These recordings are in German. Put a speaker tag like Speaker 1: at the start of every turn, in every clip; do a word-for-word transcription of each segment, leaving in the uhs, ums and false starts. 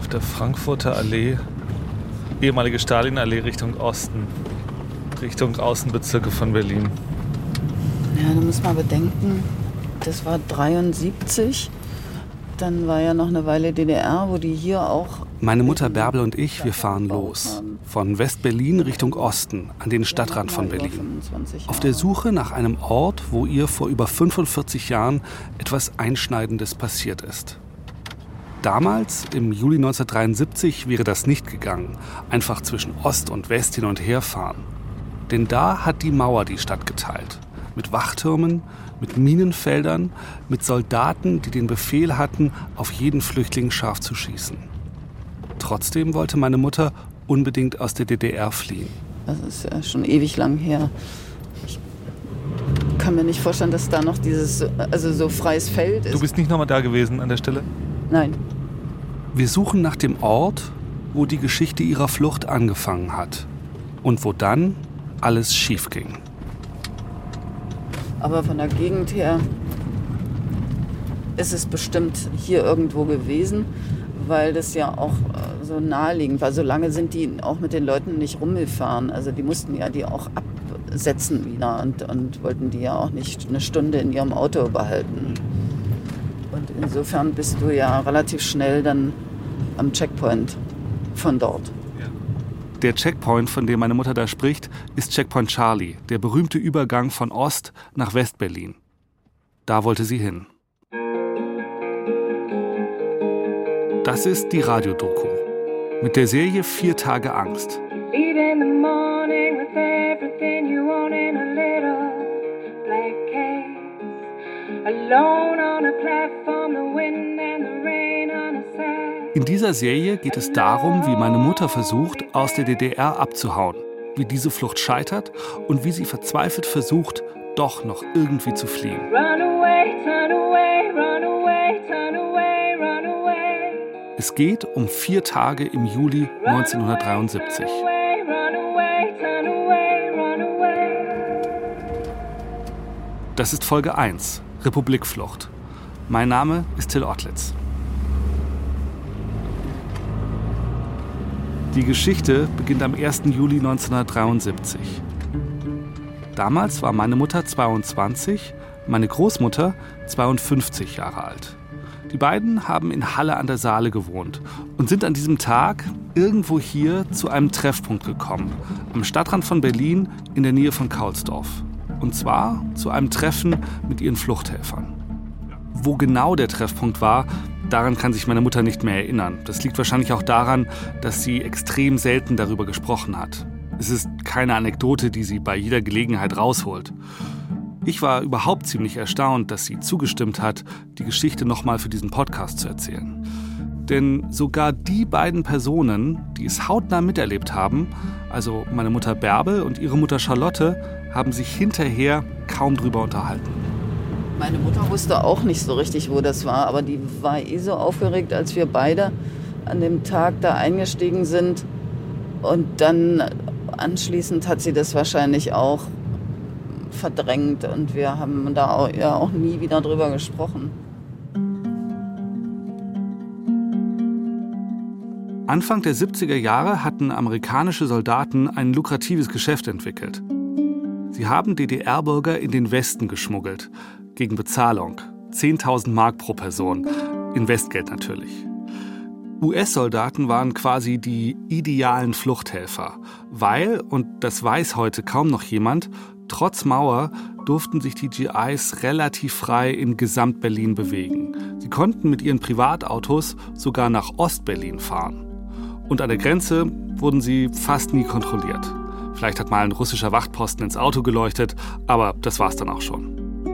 Speaker 1: auf der Frankfurter Allee, ehemalige Stalinallee, Richtung Osten, Richtung Außenbezirke von Berlin.
Speaker 2: Ja, da muss man bedenken, das war dreiundsiebzig. Dann war ja noch eine Weile D D R, wo die hier auch...
Speaker 3: Meine Mutter Bärbel und ich, wir fahren los. Von West-Berlin Richtung Osten, an den Stadtrand von Berlin. Auf der Suche nach einem Ort, wo ihr vor über fünfundvierzig Jahren etwas Einschneidendes passiert ist. Damals, im Juli neunzehnhundertdreiundsiebzig, wäre das nicht gegangen. Einfach zwischen Ost und West hin und her fahren. Denn da hat die Mauer die Stadt geteilt. Mit Wachtürmen, mit Minenfeldern, mit Soldaten, die den Befehl hatten, auf jeden Flüchtling scharf zu schießen. Trotzdem wollte meine Mutter unbedingt aus der D D R fliehen.
Speaker 2: Das ist ja schon ewig lang her. Ich kann mir nicht vorstellen, dass da noch dieses, also so freies Feld ist.
Speaker 1: Du bist nicht nochmal da gewesen an der Stelle?
Speaker 2: Nein.
Speaker 3: Wir suchen nach dem Ort, wo die Geschichte ihrer Flucht angefangen hat. Und wo dann alles schief ging.
Speaker 2: Aber von der Gegend her ist es bestimmt hier irgendwo gewesen, weil das ja auch so naheliegend war. So lange sind die auch mit den Leuten nicht rumgefahren. Also die mussten ja die auch absetzen wieder und, und wollten die ja auch nicht eine Stunde in ihrem Auto behalten. Und insofern bist du ja relativ schnell dann am Checkpoint von dort.
Speaker 3: Der Checkpoint, von dem meine Mutter da spricht, ist Checkpoint Charlie, der berühmte Übergang von Ost nach West-Berlin. Da wollte sie hin. Das ist die Radiodoku mit der Serie Vier Tage Angst. In dieser Serie geht es darum, wie meine Mutter versucht, aus der D D R abzuhauen, wie diese Flucht scheitert und wie sie verzweifelt versucht, doch noch irgendwie zu fliehen. Es geht um vier Tage im Juli neunzehnhundertdreiundsiebzig. Das ist Folge eins, Republikflucht. Mein Name ist Till Ottlitz. Die Geschichte beginnt am ersten Juli neunzehnhundertdreiundsiebzig. Damals war meine Mutter zweiundzwanzig, meine Großmutter zweiundfünfzig Jahre alt. Die beiden haben in Halle an der Saale gewohnt und sind an diesem Tag irgendwo hier zu einem Treffpunkt gekommen, am Stadtrand von Berlin in der Nähe von Kaulsdorf. Und zwar zu einem Treffen mit ihren Fluchthelfern. Wo genau der Treffpunkt war, daran kann sich meine Mutter nicht mehr erinnern. Das liegt wahrscheinlich auch daran, dass sie extrem selten darüber gesprochen hat. Es ist keine Anekdote, die sie bei jeder Gelegenheit rausholt. Ich war überhaupt ziemlich erstaunt, dass sie zugestimmt hat, die Geschichte nochmal für diesen Podcast zu erzählen. Denn sogar die beiden Personen, die es hautnah miterlebt haben, also meine Mutter Bärbel und ihre Mutter Charlotte, haben sich hinterher kaum drüber unterhalten.
Speaker 2: Meine Mutter wusste auch nicht so richtig, wo das war, aber die war eh so aufgeregt, als wir beide an dem Tag da eingestiegen sind. Und dann anschließend hat sie das wahrscheinlich auch verdrängt und wir haben da auch, ja, auch nie wieder drüber gesprochen.
Speaker 3: Anfang der siebziger Jahre hatten amerikanische Soldaten ein lukratives Geschäft entwickelt. Sie haben D D R-Bürger in den Westen geschmuggelt, gegen Bezahlung, zehntausend Mark pro Person, in Westgeld natürlich. U S-Soldaten waren quasi die idealen Fluchthelfer, weil, und das weiß heute kaum noch jemand, trotz Mauer durften sich die G Is relativ frei in Gesamt-Berlin bewegen. Sie konnten mit ihren Privatautos sogar nach Ost-Berlin fahren. Und an der Grenze wurden sie fast nie kontrolliert. Vielleicht hat mal ein russischer Wachtposten ins Auto geleuchtet, aber das war's dann auch schon.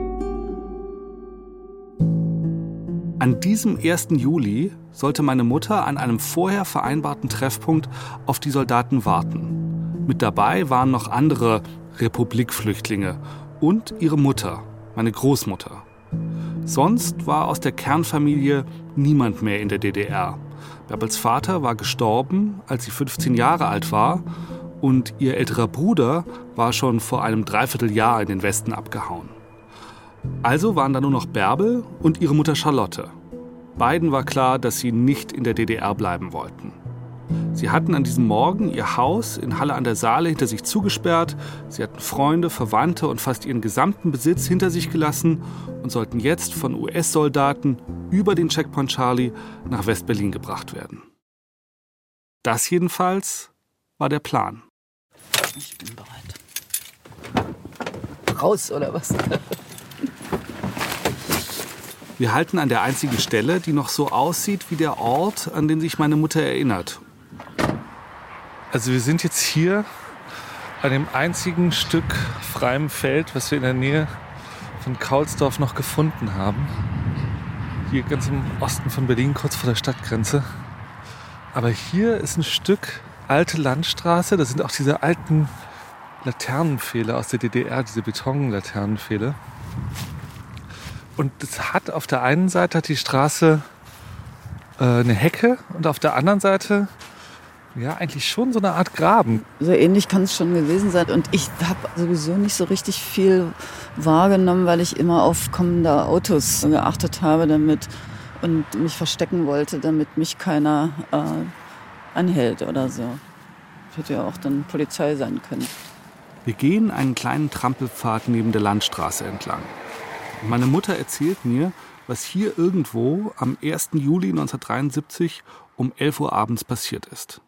Speaker 3: An diesem ersten Juli sollte meine Mutter an einem vorher vereinbarten Treffpunkt auf die Soldaten warten. Mit dabei waren noch andere Republikflüchtlinge und ihre Mutter, meine Großmutter. Sonst war aus der Kernfamilie niemand mehr in der D D R. Bärbels Vater war gestorben, als sie fünfzehn Jahre alt war, und ihr älterer Bruder war schon vor einem Dreivierteljahr in den Westen abgehauen. Also waren da nur noch Bärbel und ihre Mutter Charlotte. Beiden war klar, dass sie nicht in der D D R bleiben wollten. Sie hatten an diesem Morgen ihr Haus in Halle an der Saale hinter sich zugesperrt. Sie hatten Freunde, Verwandte und fast ihren gesamten Besitz hinter sich gelassen und sollten jetzt von U S-Soldaten über den Checkpoint Charlie nach West-Berlin gebracht werden. Das jedenfalls war der Plan.
Speaker 2: Ich bin bereit. Raus, oder was?
Speaker 3: Wir halten an der einzigen Stelle, die noch so aussieht wie der Ort, an den sich meine Mutter erinnert.
Speaker 1: Also wir sind jetzt hier an dem einzigen Stück freiem Feld, was wir in der Nähe von Kaulsdorf noch gefunden haben. Hier ganz im Osten von Berlin, kurz vor der Stadtgrenze. Aber hier ist ein Stück alte Landstraße. Das sind auch diese alten Laternenpfähle aus der D D R, diese Betonlaternenpfähle. Und es hat auf der einen Seite hat die Straße äh, eine Hecke und auf der anderen Seite ja eigentlich schon so eine Art Graben.
Speaker 2: So ähnlich kann es schon gewesen sein. Und ich habe sowieso nicht so richtig viel wahrgenommen, weil ich immer auf kommende Autos geachtet habe damit und mich verstecken wollte, damit mich keiner äh, anhält oder so. Hätte ja auch dann Polizei sein können.
Speaker 3: Wir gehen einen kleinen Trampelpfad neben der Landstraße entlang. Meine Mutter erzählt mir, was hier irgendwo am ersten Juli neunzehnhundertdreiundsiebzig um elf Uhr abends passiert ist.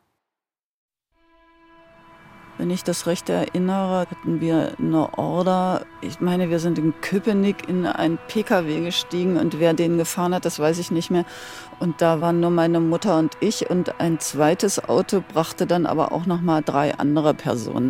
Speaker 2: Wenn ich das recht erinnere, hatten wir eine Order. Ich meine, wir sind in Köpenick in einen P K W gestiegen und wer den gefahren hat, das weiß ich nicht mehr. Und da waren nur meine Mutter und ich und ein zweites Auto brachte dann aber auch noch mal drei andere Personen.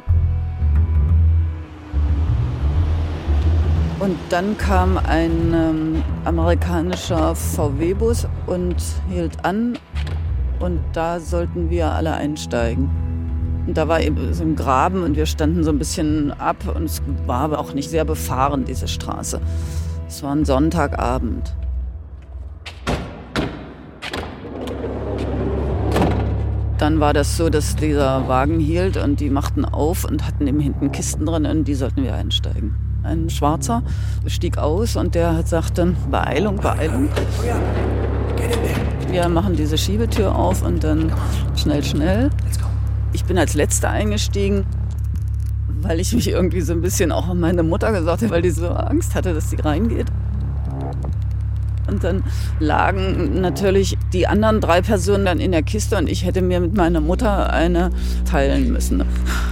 Speaker 2: Und dann kam ein ähm, amerikanischer V W-Bus und hielt an und da sollten wir alle einsteigen. Und da war eben so ein Graben und wir standen so ein bisschen ab und es war aber auch nicht sehr befahren, diese Straße. Es war ein Sonntagabend. Dann war das so, dass dieser Wagen hielt und die machten auf und hatten eben hinten Kisten drin und die sollten wir einsteigen. Ein Schwarzer stieg aus und der sagte, Beeilung, Beeilung. Wir machen diese Schiebetür auf und dann schnell, schnell. Ich bin als Letzte eingestiegen, weil ich mich irgendwie so ein bisschen auch an meine Mutter gesagt habe, weil die so Angst hatte, dass sie reingeht. Und dann lagen natürlich die anderen drei Personen dann in der Kiste und ich hätte mir mit meiner Mutter eine teilen müssen.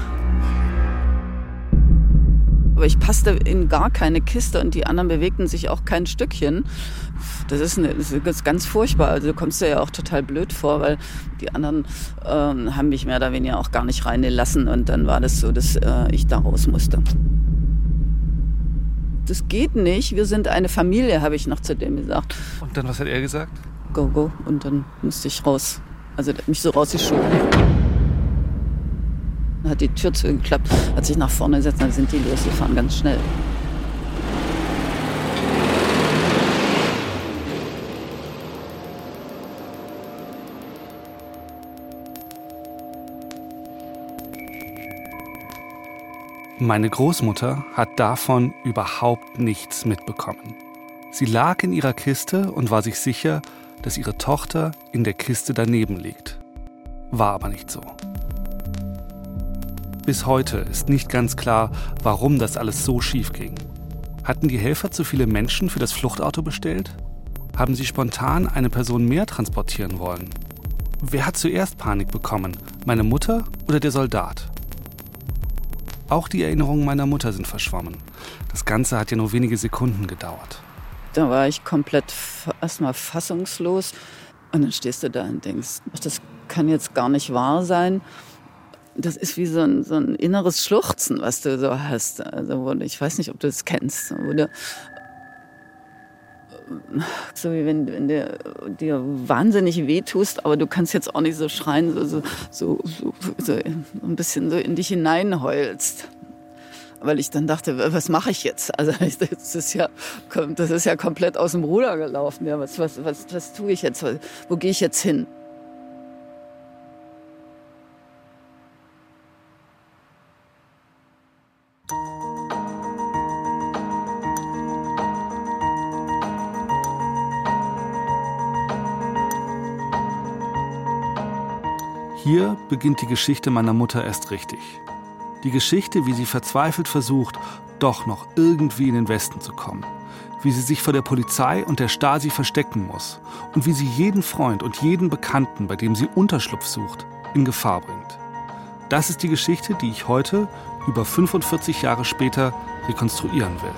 Speaker 2: Aber ich passte in gar keine Kiste und die anderen bewegten sich auch kein Stückchen. Das ist, eine, das ist ganz furchtbar. Also du kommst dir ja auch total blöd vor, weil die anderen ähm, haben mich mehr oder weniger auch gar nicht reingelassen. Und dann war das so, dass äh, ich da raus musste. Das geht nicht. Wir sind eine Familie, habe ich noch zu dem gesagt.
Speaker 1: Und dann, was hat er gesagt?
Speaker 2: Go, go. Und dann musste ich raus. Also der hat mich so rausgeschoben. Dann hat die Tür zugeklappt, hat sich nach vorne gesetzt, dann sind die losgefahren, ganz schnell.
Speaker 3: Meine Großmutter hat davon überhaupt nichts mitbekommen. Sie lag in ihrer Kiste und war sich sicher, dass ihre Tochter in der Kiste daneben liegt. War aber nicht so. Bis heute ist nicht ganz klar, warum das alles so schief ging. Hatten die Helfer zu viele Menschen für das Fluchtauto bestellt? Haben sie spontan eine Person mehr transportieren wollen? Wer hat zuerst Panik bekommen? Meine Mutter oder der Soldat? Auch die Erinnerungen meiner Mutter sind verschwommen. Das Ganze hat ja nur wenige Sekunden gedauert.
Speaker 2: Da war ich komplett erstmal fassungslos. Und dann stehst du da und denkst, das kann jetzt gar nicht wahr sein. Das ist wie so ein, so ein inneres Schluchzen, was du so hast. Also, ich weiß nicht, ob du das kennst. Wo du, so wie wenn, wenn du dir wahnsinnig wehtust, aber du kannst jetzt auch nicht so schreien, so, so, so, so, so ein bisschen so in dich hineinheulst. Weil ich dann dachte, was mache ich jetzt? Also das ist ja, das ist ja komplett aus dem Ruder gelaufen. Ja, was, was, was, was tue ich jetzt? Wo gehe ich jetzt hin?
Speaker 3: hier beginnt die Geschichte meiner Mutter erst richtig. Die Geschichte, wie sie verzweifelt versucht, doch noch irgendwie in den Westen zu kommen. Wie sie sich vor der Polizei und der Stasi verstecken muss. Und wie sie jeden Freund und jeden Bekannten, bei dem sie Unterschlupf sucht, in Gefahr bringt. Das ist die Geschichte, die ich heute, über fünfundvierzig Jahre später, rekonstruieren will.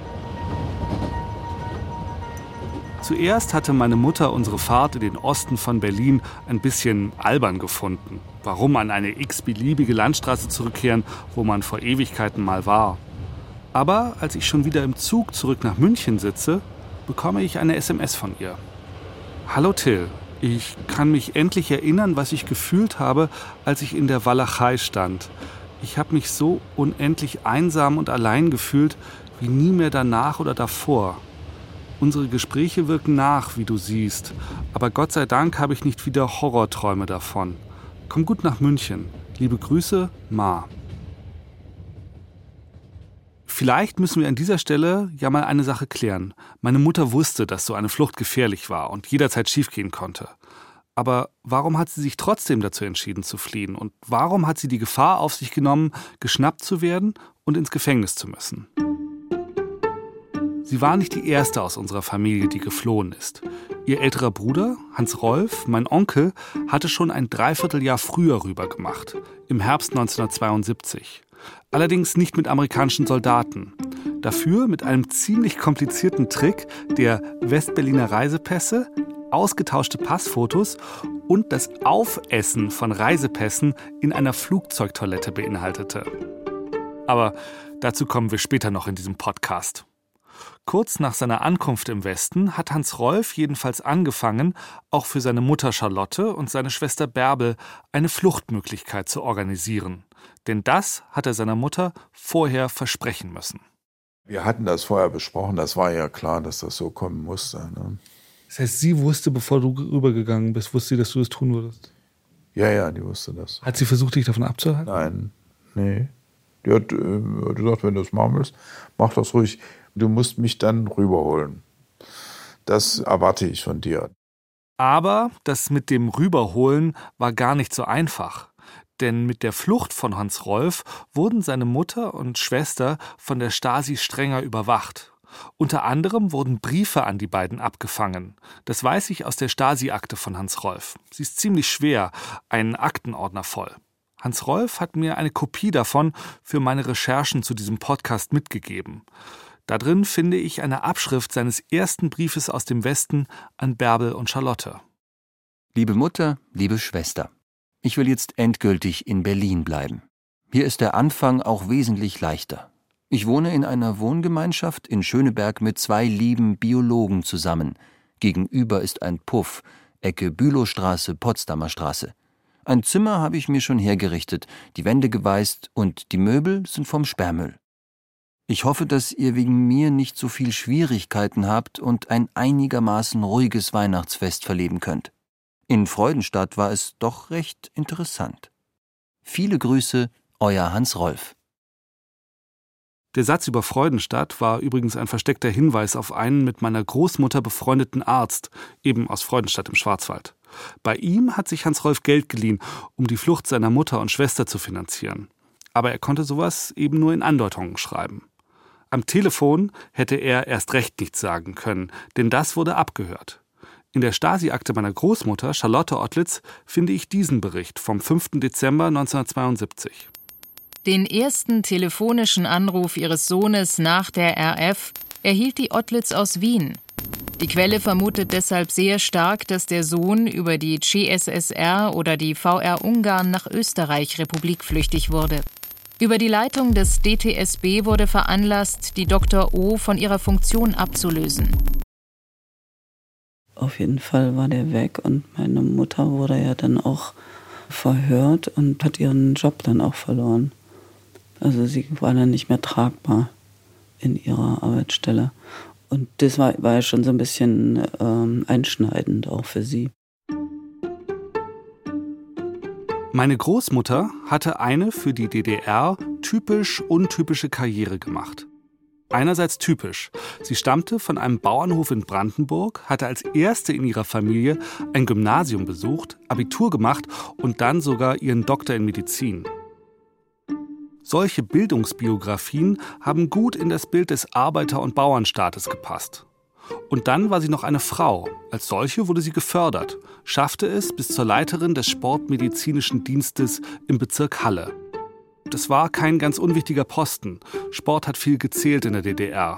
Speaker 3: Zuerst hatte meine Mutter unsere Fahrt in den Osten von Berlin ein bisschen albern gefunden. Warum an eine x-beliebige Landstraße zurückkehren, wo man vor Ewigkeiten mal war? Aber als ich schon wieder im Zug zurück nach München sitze, bekomme ich eine S M S von ihr. Hallo Till, ich kann mich endlich erinnern, was ich gefühlt habe, als ich in der Walachei stand. Ich habe mich so unendlich einsam und allein gefühlt, wie nie mehr danach oder davor. Unsere Gespräche wirken nach, wie du siehst. Aber Gott sei Dank habe ich nicht wieder Horrorträume davon. Komm gut nach München. Liebe Grüße, Ma. Vielleicht müssen wir an dieser Stelle ja mal eine Sache klären. Meine Mutter wusste, dass so eine Flucht gefährlich war und jederzeit schiefgehen konnte. Aber warum hat sie sich trotzdem dazu entschieden zu fliehen? Und warum hat sie die Gefahr auf sich genommen, geschnappt zu werden und ins Gefängnis zu müssen? Sie war nicht die erste aus unserer Familie, die geflohen ist. Ihr älterer Bruder, Hans Rolf, mein Onkel, hatte schon ein Dreivierteljahr früher rüber gemacht, im Herbst neunzehnhundertzweiundsiebzig. Allerdings nicht mit amerikanischen Soldaten. Dafür mit einem ziemlich komplizierten Trick, der Westberliner Reisepässe, ausgetauschte Passfotos und das Aufessen von Reisepässen in einer Flugzeugtoilette beinhaltete. Aber dazu kommen wir später noch in diesem Podcast. Kurz nach seiner Ankunft im Westen hat Hans Rolf jedenfalls angefangen, auch für seine Mutter Charlotte und seine Schwester Bärbel eine Fluchtmöglichkeit zu organisieren. Denn das hat er seiner Mutter vorher versprechen müssen.
Speaker 4: Wir hatten das vorher besprochen, das war ja klar, dass das so kommen musste. Ne?
Speaker 1: Das heißt, sie wusste, bevor du rübergegangen bist, wusste sie, dass du das tun würdest?
Speaker 4: Ja, ja, die wusste das.
Speaker 1: Hat sie versucht, dich davon abzuhalten?
Speaker 4: Nein, nee. Die hat äh, gesagt, wenn du das machen willst, mach das ruhig. Du musst mich dann rüberholen. Das erwarte ich von dir.
Speaker 3: Aber das mit dem Rüberholen war gar nicht so einfach. Denn mit der Flucht von Hans Rolf wurden seine Mutter und Schwester von der Stasi strenger überwacht. Unter anderem wurden Briefe an die beiden abgefangen. Das weiß ich aus der Stasi-Akte von Hans Rolf. Sie ist ziemlich schwer, einen Aktenordner voll. Hans Rolf hat mir eine Kopie davon für meine Recherchen zu diesem Podcast mitgegeben. Da drin finde ich eine Abschrift seines ersten Briefes aus dem Westen an Bärbel und Charlotte.
Speaker 5: Liebe Mutter, liebe Schwester, ich will jetzt endgültig in Berlin bleiben. Hier ist der Anfang auch wesentlich leichter. Ich wohne in einer Wohngemeinschaft in Schöneberg mit zwei lieben Biologen zusammen. Gegenüber ist ein Puff, Ecke Bülowstraße, Potsdamer Straße. Ein Zimmer habe ich mir schon hergerichtet, die Wände geweißt und die Möbel sind vom Sperrmüll. Ich hoffe, dass ihr wegen mir nicht so viel Schwierigkeiten habt und ein einigermaßen ruhiges Weihnachtsfest verleben könnt. In Freudenstadt war es doch recht interessant. Viele Grüße, euer Hans Rolf.
Speaker 3: Der Satz über Freudenstadt war übrigens ein versteckter Hinweis auf einen mit meiner Großmutter befreundeten Arzt, eben aus Freudenstadt im Schwarzwald. Bei ihm hat sich Hans Rolf Geld geliehen, um die Flucht seiner Mutter und Schwester zu finanzieren. Aber er konnte sowas eben nur in Andeutungen schreiben. Am Telefon hätte er erst recht nichts sagen können, denn das wurde abgehört. In der Stasi-Akte meiner Großmutter, Charlotte Ottlitz, finde ich diesen Bericht vom fünften Dezember neunzehnhundertzweiundsiebzig.
Speaker 6: Den ersten telefonischen Anruf ihres Sohnes nach der R F erhielt die Ottlitz aus Wien. Die Quelle vermutet deshalb sehr stark, dass der Sohn über die C S S R oder die V R Ungarn nach Österreich republikflüchtig wurde. Über die Leitung des D T S B wurde veranlasst, die Doktor O. von ihrer Funktion abzulösen.
Speaker 2: Auf jeden Fall war der weg und meine Mutter wurde ja dann auch verhört und hat ihren Job dann auch verloren. Also sie war dann nicht mehr tragbar in ihrer Arbeitsstelle. Und das war, war ja schon so ein bisschen ähm, einschneidend auch für sie.
Speaker 3: Meine Großmutter hatte eine für die D D R typisch untypische Karriere gemacht. Einerseits typisch. Sie stammte von einem Bauernhof in Brandenburg, hatte als erste in ihrer Familie ein Gymnasium besucht, Abitur gemacht und dann sogar ihren Doktor in Medizin. Solche Bildungsbiografien haben gut in das Bild des Arbeiter- und Bauernstaates gepasst. Und dann war sie noch eine Frau. Als solche wurde sie gefördert, schaffte es bis zur Leiterin des Sportmedizinischen Dienstes im Bezirk Halle. Das war kein ganz unwichtiger Posten. Sport hat viel gezählt in der D D R.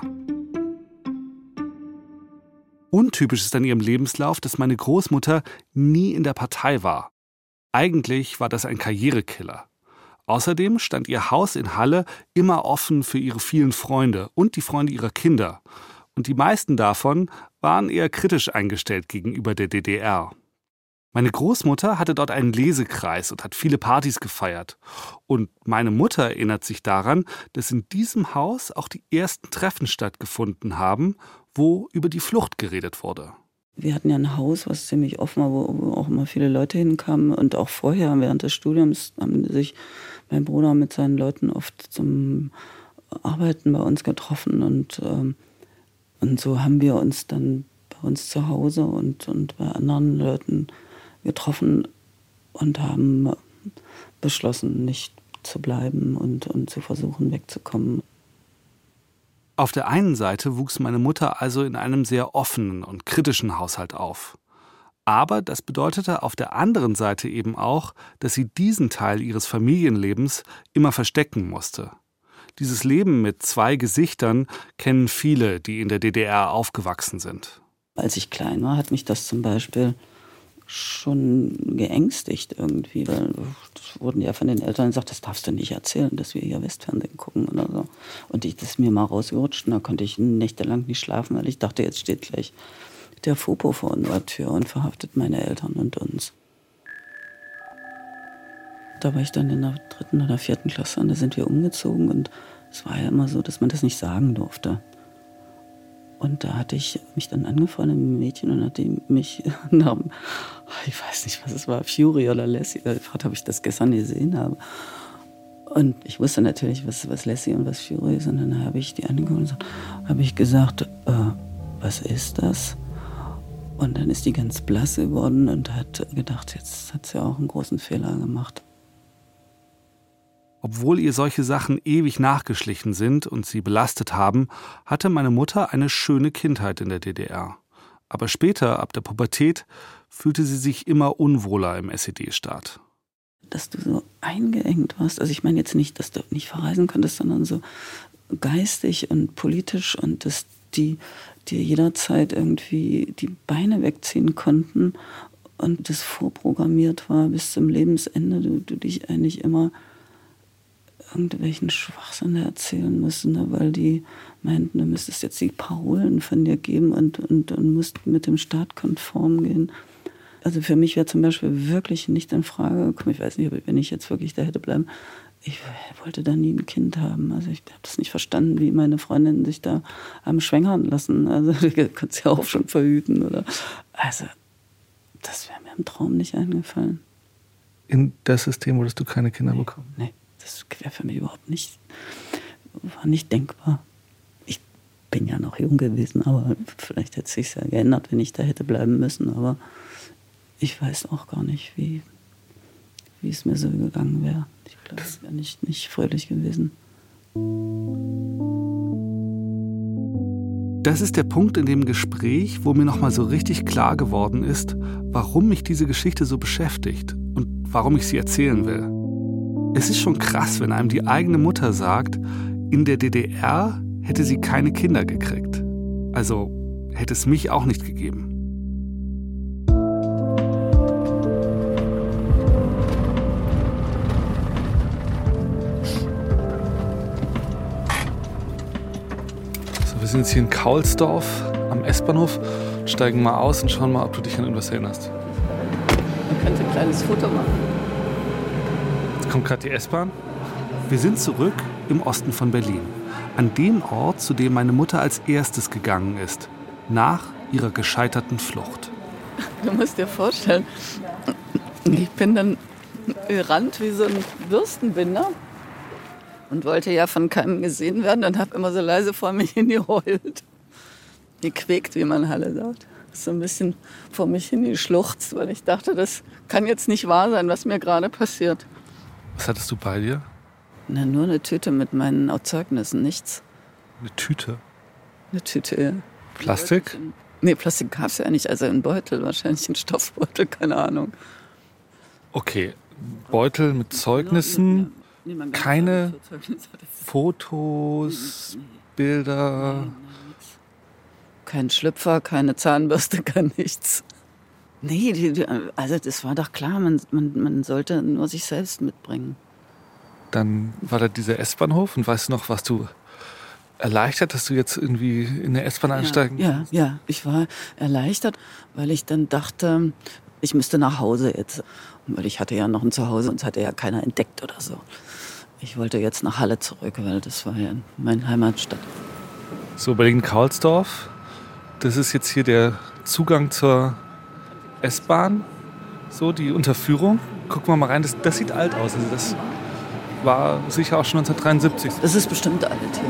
Speaker 3: Untypisch ist an ihrem Lebenslauf, dass meine Großmutter nie in der Partei war. Eigentlich war das ein Karrierekiller. Außerdem stand ihr Haus in Halle immer offen für ihre vielen Freunde und die Freunde ihrer Kinder. Und die meisten davon waren eher kritisch eingestellt gegenüber der D D R. Meine Großmutter hatte dort einen Lesekreis und hat viele Partys gefeiert. Und meine Mutter erinnert sich daran, dass in diesem Haus auch die ersten Treffen stattgefunden haben, wo über die Flucht geredet wurde.
Speaker 2: Wir hatten ja ein Haus, was ziemlich offen war, wo auch immer viele Leute hinkamen. Und auch vorher, während des Studiums, haben sich mein Bruder mit seinen Leuten oft zum Arbeiten bei uns getroffen. Und, ähm, und so haben wir uns dann bei uns zu Hause und, und bei anderen Leuten getroffen und haben beschlossen, nicht zu bleiben und, und zu versuchen, wegzukommen.
Speaker 3: Auf der einen Seite wuchs meine Mutter also in einem sehr offenen und kritischen Haushalt auf. Aber das bedeutete auf der anderen Seite eben auch, dass sie diesen Teil ihres Familienlebens immer verstecken musste. Dieses Leben mit zwei Gesichtern kennen viele, die in der D D R aufgewachsen sind.
Speaker 2: Als ich klein war, hat mich das zum Beispiel schon geängstigt irgendwie, weil das wurden ja von den Eltern gesagt, das darfst du nicht erzählen, dass wir hier Westfernsehen gucken oder so. Und ich, das ist mir mal rausgerutscht und da konnte ich nächtelang nicht schlafen, weil ich dachte, jetzt steht gleich der Fopo vor unserer Tür und verhaftet meine Eltern und uns. Da war ich dann in der dritten oder vierten Klasse und da sind wir umgezogen und es war ja immer so, dass man das nicht sagen durfte. Und da hatte ich mich dann angefreundet mit einem Mädchen und hatte mich nach, ich weiß nicht, was es war, Fury oder Lassie, gefragt, ob ich das gestern gesehen habe. Und ich wusste natürlich, was, was Lassie und was Fury ist. Und dann habe ich die angeguckt und habe ich gesagt, äh, was ist das? Und dann ist die ganz blass geworden und hat gedacht, jetzt hat sie auch einen großen Fehler gemacht.
Speaker 3: Obwohl ihr solche Sachen ewig nachgeschlichen sind und sie belastet haben, hatte meine Mutter eine schöne Kindheit in der D D R. Aber später, ab der Pubertät, fühlte sie sich immer unwohler im S E D-Staat.
Speaker 2: Dass du so eingeengt warst, also ich meine jetzt nicht, dass du nicht verreisen konntest, sondern so geistig und politisch und dass die dir jederzeit irgendwie die Beine wegziehen konnten und das vorprogrammiert war bis zum Lebensende, du, du dich eigentlich immer irgendwelchen Schwachsinn erzählen müssen, ne, weil die meinten, du müsstest jetzt die Parolen von dir geben und, und, und musst mit dem Staat konform gehen. Also für mich wäre zum Beispiel wirklich nicht in Frage gekommen, ich weiß nicht, wenn ich jetzt wirklich da hätte bleiben, ich wollte da nie ein Kind haben. Also ich habe das nicht verstanden, wie meine Freundinnen sich da haben schwängern lassen. Also du kannst ja auch schon verhüten, oder? Also das wäre mir im Traum nicht eingefallen.
Speaker 1: In das System würdest du keine Kinder
Speaker 2: nee,
Speaker 1: bekommen?
Speaker 2: Nee. Das wäre für mich überhaupt nicht, war nicht denkbar. Ich bin ja noch jung gewesen, aber vielleicht hätte es sich ja geändert, wenn ich da hätte bleiben müssen. Aber ich weiß auch gar nicht, wie, wie es mir so gegangen wäre. Ich glaube, es wäre nicht, nicht fröhlich gewesen.
Speaker 3: Das ist der Punkt in dem Gespräch, wo mir nochmal so richtig klar geworden ist, warum mich diese Geschichte so beschäftigt und warum ich sie erzählen will. Es ist schon krass, wenn einem die eigene Mutter sagt, in der D D R hätte sie keine Kinder gekriegt. Also hätte es mich auch nicht gegeben.
Speaker 1: So, wir sind jetzt hier in Kaulsdorf am S-Bahnhof, steigen mal aus und schauen mal, ob du dich an irgendwas erinnerst.
Speaker 2: Man könnte ein kleines Foto machen.
Speaker 1: Kommt gerade die S-Bahn.
Speaker 3: Wir sind zurück im Osten von Berlin. An dem Ort, zu dem meine Mutter als erstes gegangen ist. Nach ihrer gescheiterten Flucht.
Speaker 2: Du musst dir vorstellen, ich bin dann gerannt wie so ein Bürstenbinder. und wollte ja von keinem gesehen werden und habe immer so leise vor mich hingeheult. Gequäkt, wie man in Halle sagt. So ein bisschen vor mich hingeschluchzt, weil ich dachte, das kann jetzt nicht wahr sein, was mir gerade passiert.
Speaker 1: Was hattest du bei dir?
Speaker 2: Na, nur eine Tüte mit meinen Zeugnissen, nichts.
Speaker 1: Eine Tüte?
Speaker 2: Eine Tüte, ja.
Speaker 1: Plastik?
Speaker 2: Nee, Plastik gab es ja nicht, also ein Beutel, wahrscheinlich ein Stoffbeutel, keine Ahnung.
Speaker 1: Okay, Beutel mit Zeugnissen, keine Fotos, Bilder.
Speaker 2: Kein Schlüpfer, keine Zahnbürste, kein nichts. Nee, die, die, also das war doch klar, man, man, man sollte nur sich selbst mitbringen.
Speaker 1: Dann war da dieser S-Bahnhof und weißt du noch, was du erleichtert, dass du jetzt irgendwie in der S-Bahn einsteigen
Speaker 2: Ja, ja, ja, ich war erleichtert, weil ich dann dachte, ich müsste nach Hause jetzt. Weil ich hatte ja noch ein Zuhause und es hatte ja keiner entdeckt oder so. Ich wollte jetzt nach Halle zurück, weil das war ja meine Heimatstadt.
Speaker 1: So, Berlin-Kaulsdorf, das ist jetzt hier der Zugang zur S-Bahn, so die Unterführung. Gucken wir mal rein, das, das sieht alt aus. Also das war sicher auch schon neunzehnhundertdreiundsiebzig.
Speaker 2: Das ist bestimmt alt hier.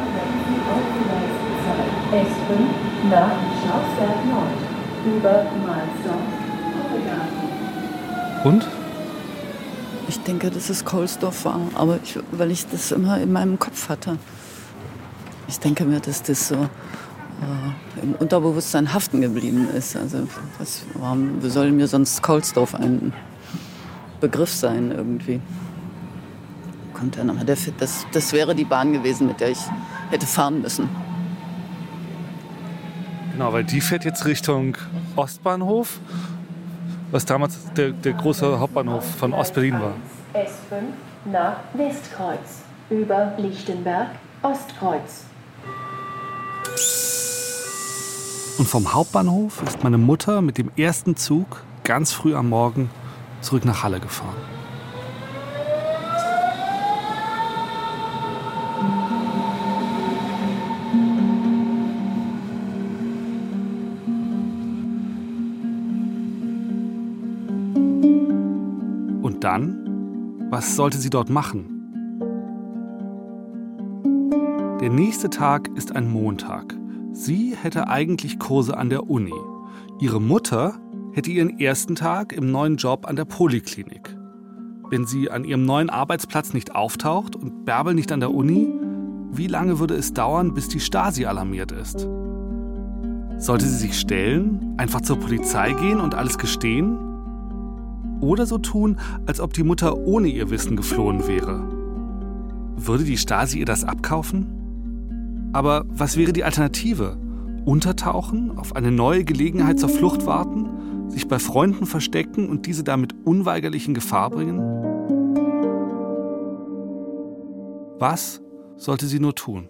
Speaker 7: S fünf nach Schlossberg Nord über Mahlsdorf.
Speaker 1: Und?
Speaker 2: Ich denke, dass es Kaulsdorf war, aber ich, weil ich das immer in meinem Kopf hatte. Ich denke mir, dass das so äh, im Unterbewusstsein haften geblieben ist. Also was, warum soll mir sonst Kaulsdorf ein Begriff sein irgendwie? Kommt ja noch. Das, das wäre die Bahn gewesen, mit der ich hätte fahren müssen.
Speaker 1: Genau, weil die fährt jetzt Richtung Ostbahnhof, was damals der, der große Hauptbahnhof von Ostberlin war.
Speaker 7: S fünf nach Westkreuz über Lichtenberg, Ostkreuz.
Speaker 3: Und vom Hauptbahnhof ist meine Mutter mit dem ersten Zug ganz früh am Morgen zurück nach Halle gefahren. Und dann? Was sollte sie dort machen? Der nächste Tag ist ein Montag. Sie hätte eigentlich Kurse an der Uni. Ihre Mutter hätte ihren ersten Tag im neuen Job an der Poliklinik. Wenn sie an ihrem neuen Arbeitsplatz nicht auftaucht und Bärbel nicht an der Uni, wie lange würde es dauern, bis die Stasi alarmiert ist? Sollte sie sich stellen, einfach zur Polizei gehen und alles gestehen? Oder so tun, als ob die Mutter ohne ihr Wissen geflohen wäre? Würde die Stasi ihr das abkaufen? Aber was wäre die Alternative? Untertauchen, auf eine neue Gelegenheit zur Flucht warten, sich bei Freunden verstecken und diese damit unweigerlich in Gefahr bringen? Was sollte sie nur tun?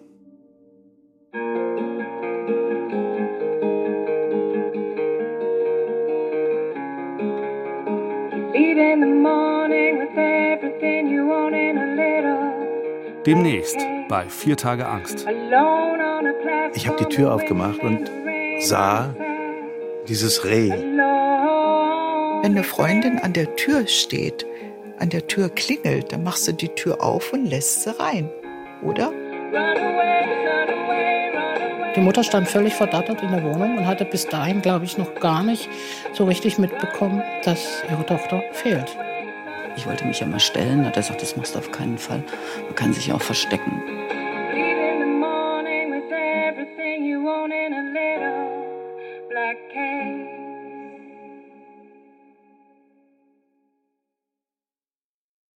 Speaker 3: Demnächst bei Vier Tage Angst.
Speaker 8: Ich habe die Tür aufgemacht und sah dieses Reh.
Speaker 9: Wenn eine Freundin an der Tür steht, an der Tür klingelt, dann machst du die Tür auf und lässt sie rein, oder?
Speaker 10: Die Mutter stand völlig verdattert in der Wohnung und hatte bis dahin, glaube ich, noch gar nicht so richtig mitbekommen, dass ihre Tochter fehlt.
Speaker 2: Ich wollte mich ja mal stellen, hat er gesagt, das machst du auf keinen Fall. Man kann sich ja auch verstecken.
Speaker 7: Black cat.